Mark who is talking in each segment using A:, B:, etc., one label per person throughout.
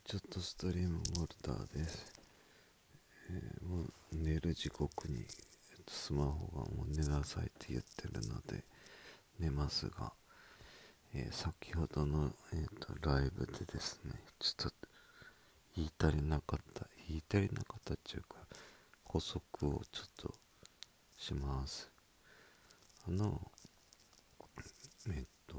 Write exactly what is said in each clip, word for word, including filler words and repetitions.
A: ちょっとストリームモルダーです。えーもう寝る時刻に、えっとスマホがもう寝なさいって言ってるので寝ますが、えー先ほどの、えーとライブでですね、ちょっと言い足りなかった言い足りなかったっていうか補足をちょっとします。あのえっと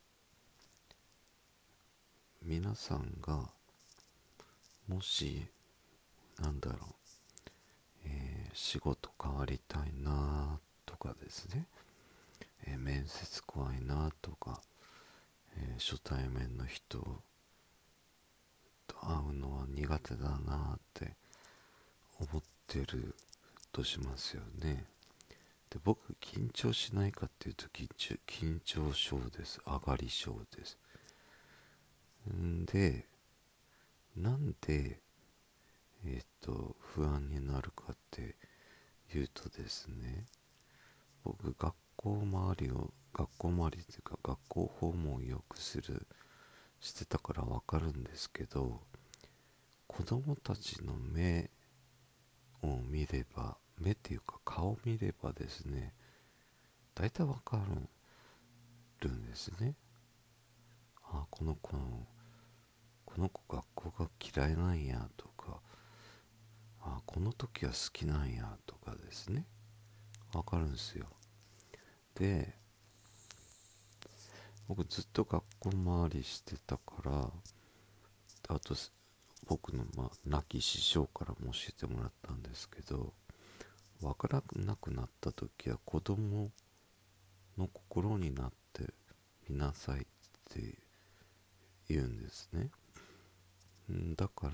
A: 皆さんがもしなんだろう、えー仕事変わりたいなとかですね、えー面接怖いなとか、えー初対面の人と会うのは苦手だなって思ってるとしますよね。で、僕緊張しないかっていうと緊張緊張症です。上がり症です。んで、なんでえっと不安になるかっていうとですね、僕学校周りを学校周りっていうか学校訪問をよくするしてたからわかるんですけど、子供たちの目を見れば、目っていうか顔を見ればですね、大体わかるんですね。あ、この子のこの子学校が嫌いなんやとか、あ、この時は好きなんやとかですね、わかるんですよ。で、僕ずっと学校回りしてたから、あと僕の、まあ、亡き師匠からも教えてもらったんですけど、わからなくなった時は子供の心になってみなさいって言うんですね。んだから、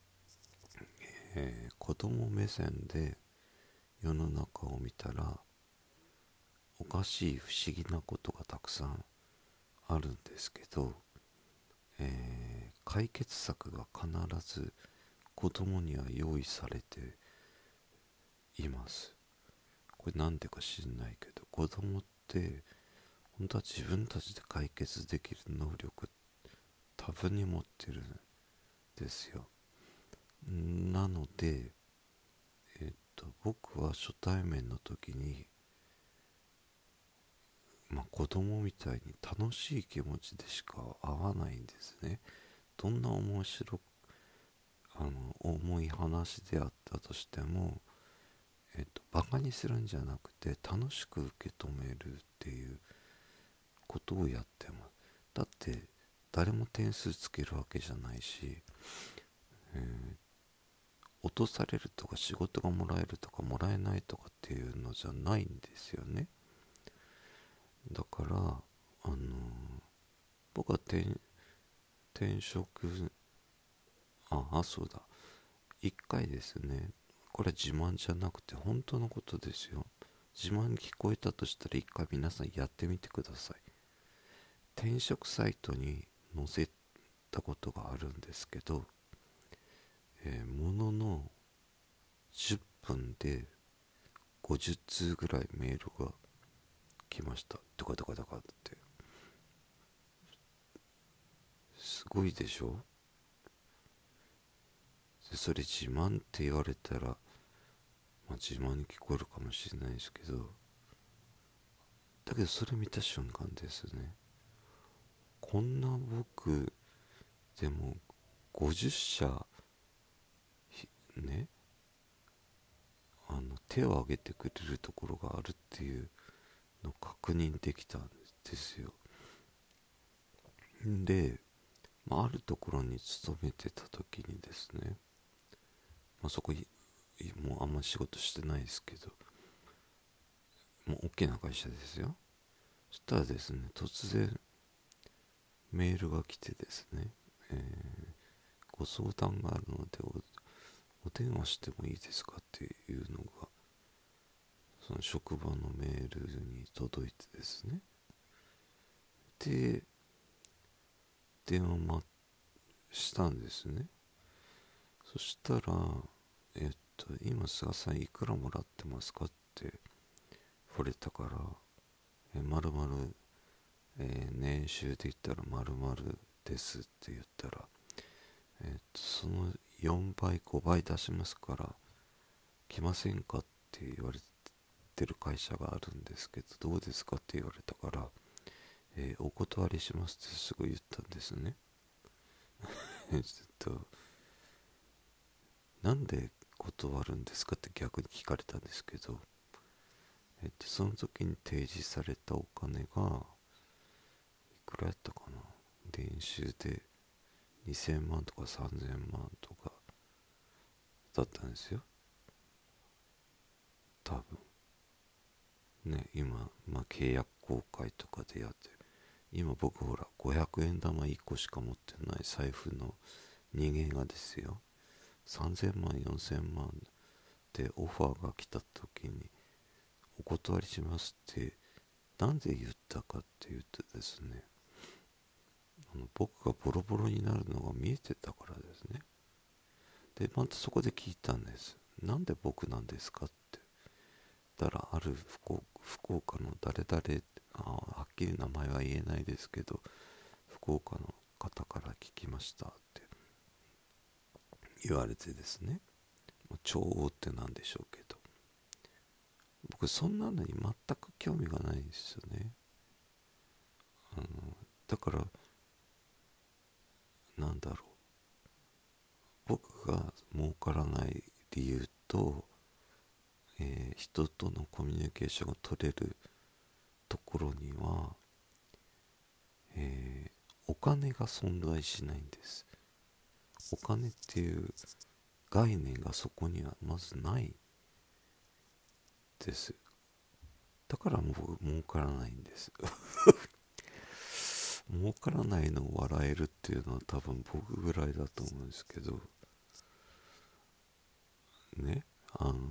A: えー子供目線で世の中を見たらおかしい不思議なことがたくさんあるんですけど、えー解決策が必ず子供には用意されています。これなんでか知んないけど、子供って本当は自分たちで解決できる能力多分に持ってるんですよ。なので、えっと僕は初対面の時に、まあ、子供みたいに楽しい気持ちでしか会わないんですね。どんな面白あの重い話であったとしても、えっと、バカにするんじゃなくて楽しく受け止めるっていうことをやってます。だって誰も点数つけるわけじゃないし、えー落とされるとか仕事がもらえるとかもらえないとかっていうのじゃないんですよね。だから、あのー僕は転転職、ああそうだ、一回ですね、これは自慢じゃなくて本当のことですよ。自慢に聞こえたとしたら一回皆さんやってみてください。転職サイトに載せたことがあるんですけど、えーもののじゅっぷんでごじゅっつうぐらいメールが来ました。ドカドカドカって。すごいでしょ。でそれ自慢って言われたら、まあ、自慢に聞こえるかもしれないですけど、だけどそれ見た瞬間ですね、こんな僕でもごじゅっしゃね、あの手を挙げてくれるところがあるっていうのを確認できたんですよ。で、まあ、あるところに勤めてた時にですね、まあ、そこもうあんま仕事してないですけど、もう大きな会社ですよ。そしたらですね、突然メールが来てですね、えーご相談があるのでおお電話してもいいですかっていうのがその職場のメールに届いてですね、で電話待したんですね。そしたら、えっと今菅さんいくらもらってますかって触れたから、えまるまるえー年収で言ったらまるまるですって言ったら、 えー、とそのよんばいごばい出しますから来ませんかって言われてる会社があるんですけど、どうですかって言われたから、えーお断りしますってすぐ言ったんですね。えっとなんで断るんですかって逆に聞かれたんですけど、えっと、その時に提示されたお金がいくらやったかな、練習でにせんまんとかさんぜんまんとかだったんですよ、多分ね。今、まあ、契約更改とかでやってる。今僕ほらごひゃくえん玉いっこしか持ってない財布の人間がですよ、さんぜんまんよんせんまんでオファーが来た時にお断りしますってなんで言ったかって言ってですね、あの僕がボロボロになるのが見えてたからですね。でまたそこで聞いたんです。なんで僕なんですかって。だからある福岡福岡の誰々、あはっきり名前は言えないですけど福岡の方から聞きましたって言われてですね、もう超大手なんでしょうけど、僕そんなのに全く興味がないんですよね。あのだからなんだろう、僕が儲からない理由と、えー人とのコミュニケーションが取れるところには、えーお金が存在しないんです。お金っていう概念がそこにはまずないです。だからもう儲からないんです儲からないのを笑えるっていうのは多分僕ぐらいだと思うんですけどね。あの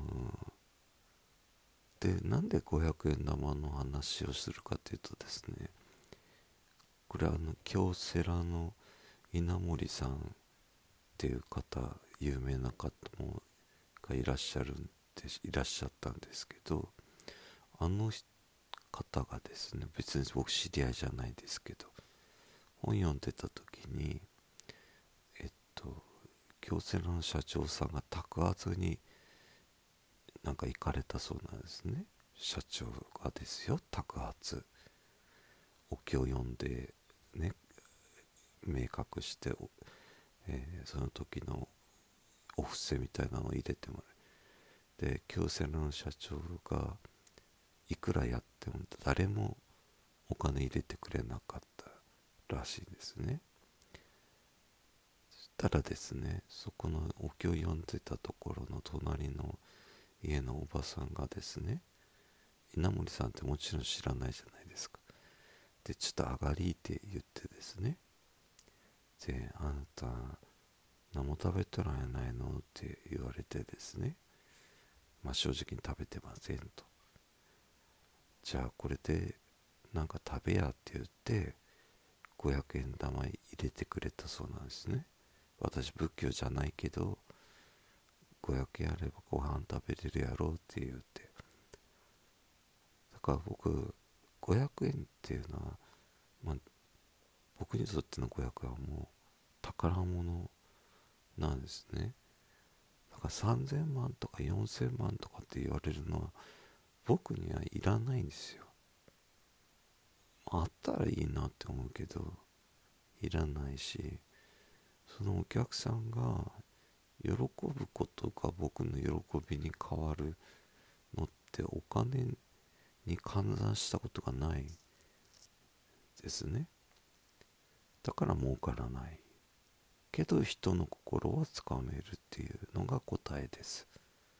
A: でなんでごひゃくえん玉の話をするかというとですね、これはあの京セラの稲森さんっていう方、有名な方もがいらっしゃるんでいらっしゃったんですけど、あの方がですね、別に僕知り合いじゃないですけど、本読んでた時にえっと京セラの社長さんが宅発になんか行かれたそうなんですね。社長がですよ、宅発お経を読んでね、明確して、えーその時のお布施みたいなのを入れてもらう。で京セラの社長がいくらやっても誰もお金入れてくれなかったらしいんですね。そしたらですね、そこのお経を読んでたところの隣の家のおばさんがですね、稲森さんってもちろん知らないじゃないですか。でちょっと上がりって言ってですね、であなた何も食べとらんやないのって言われてですね、まあ正直に食べてませんと。じゃあこれでなんか食べやって言ってごひゃくえん玉入れてくれたそうなんですね。私仏教じゃないけどごひゃくえんあればご飯食べれるやろうって言って、だから僕ごひゃくえんっていうのは、まあ、僕にとってのごひゃくえんはもう宝物なんですね。だからさんぜんまんとかよんせんまんとかって言われるのは僕にはいらないんですよ。あったらいいなって思うけどいらないし、そのお客さんが喜ぶことが僕の喜びに変わるのってお金に換算したことがないですね。だから儲からないけど人の心はつかめるっていうのが答えです。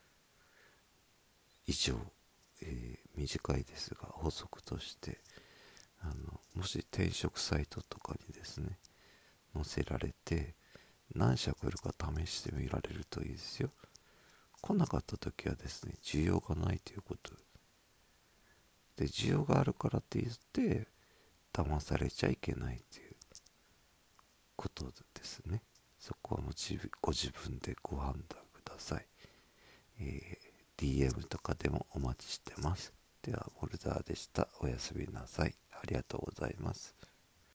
A: 以上、えー短いですが補足として、あのもし転職サイトとかにですね載せられて何社来るか試してみられるといいですよ。来なかった時はですね、需要がないということで、需要があるからって言って騙されちゃいけないということですね。そこはもうご自分でご判断ください。えー ディーエム とかでもお待ちしてます。では、ボルダーでした。おやすみなさい。ありがとうございます。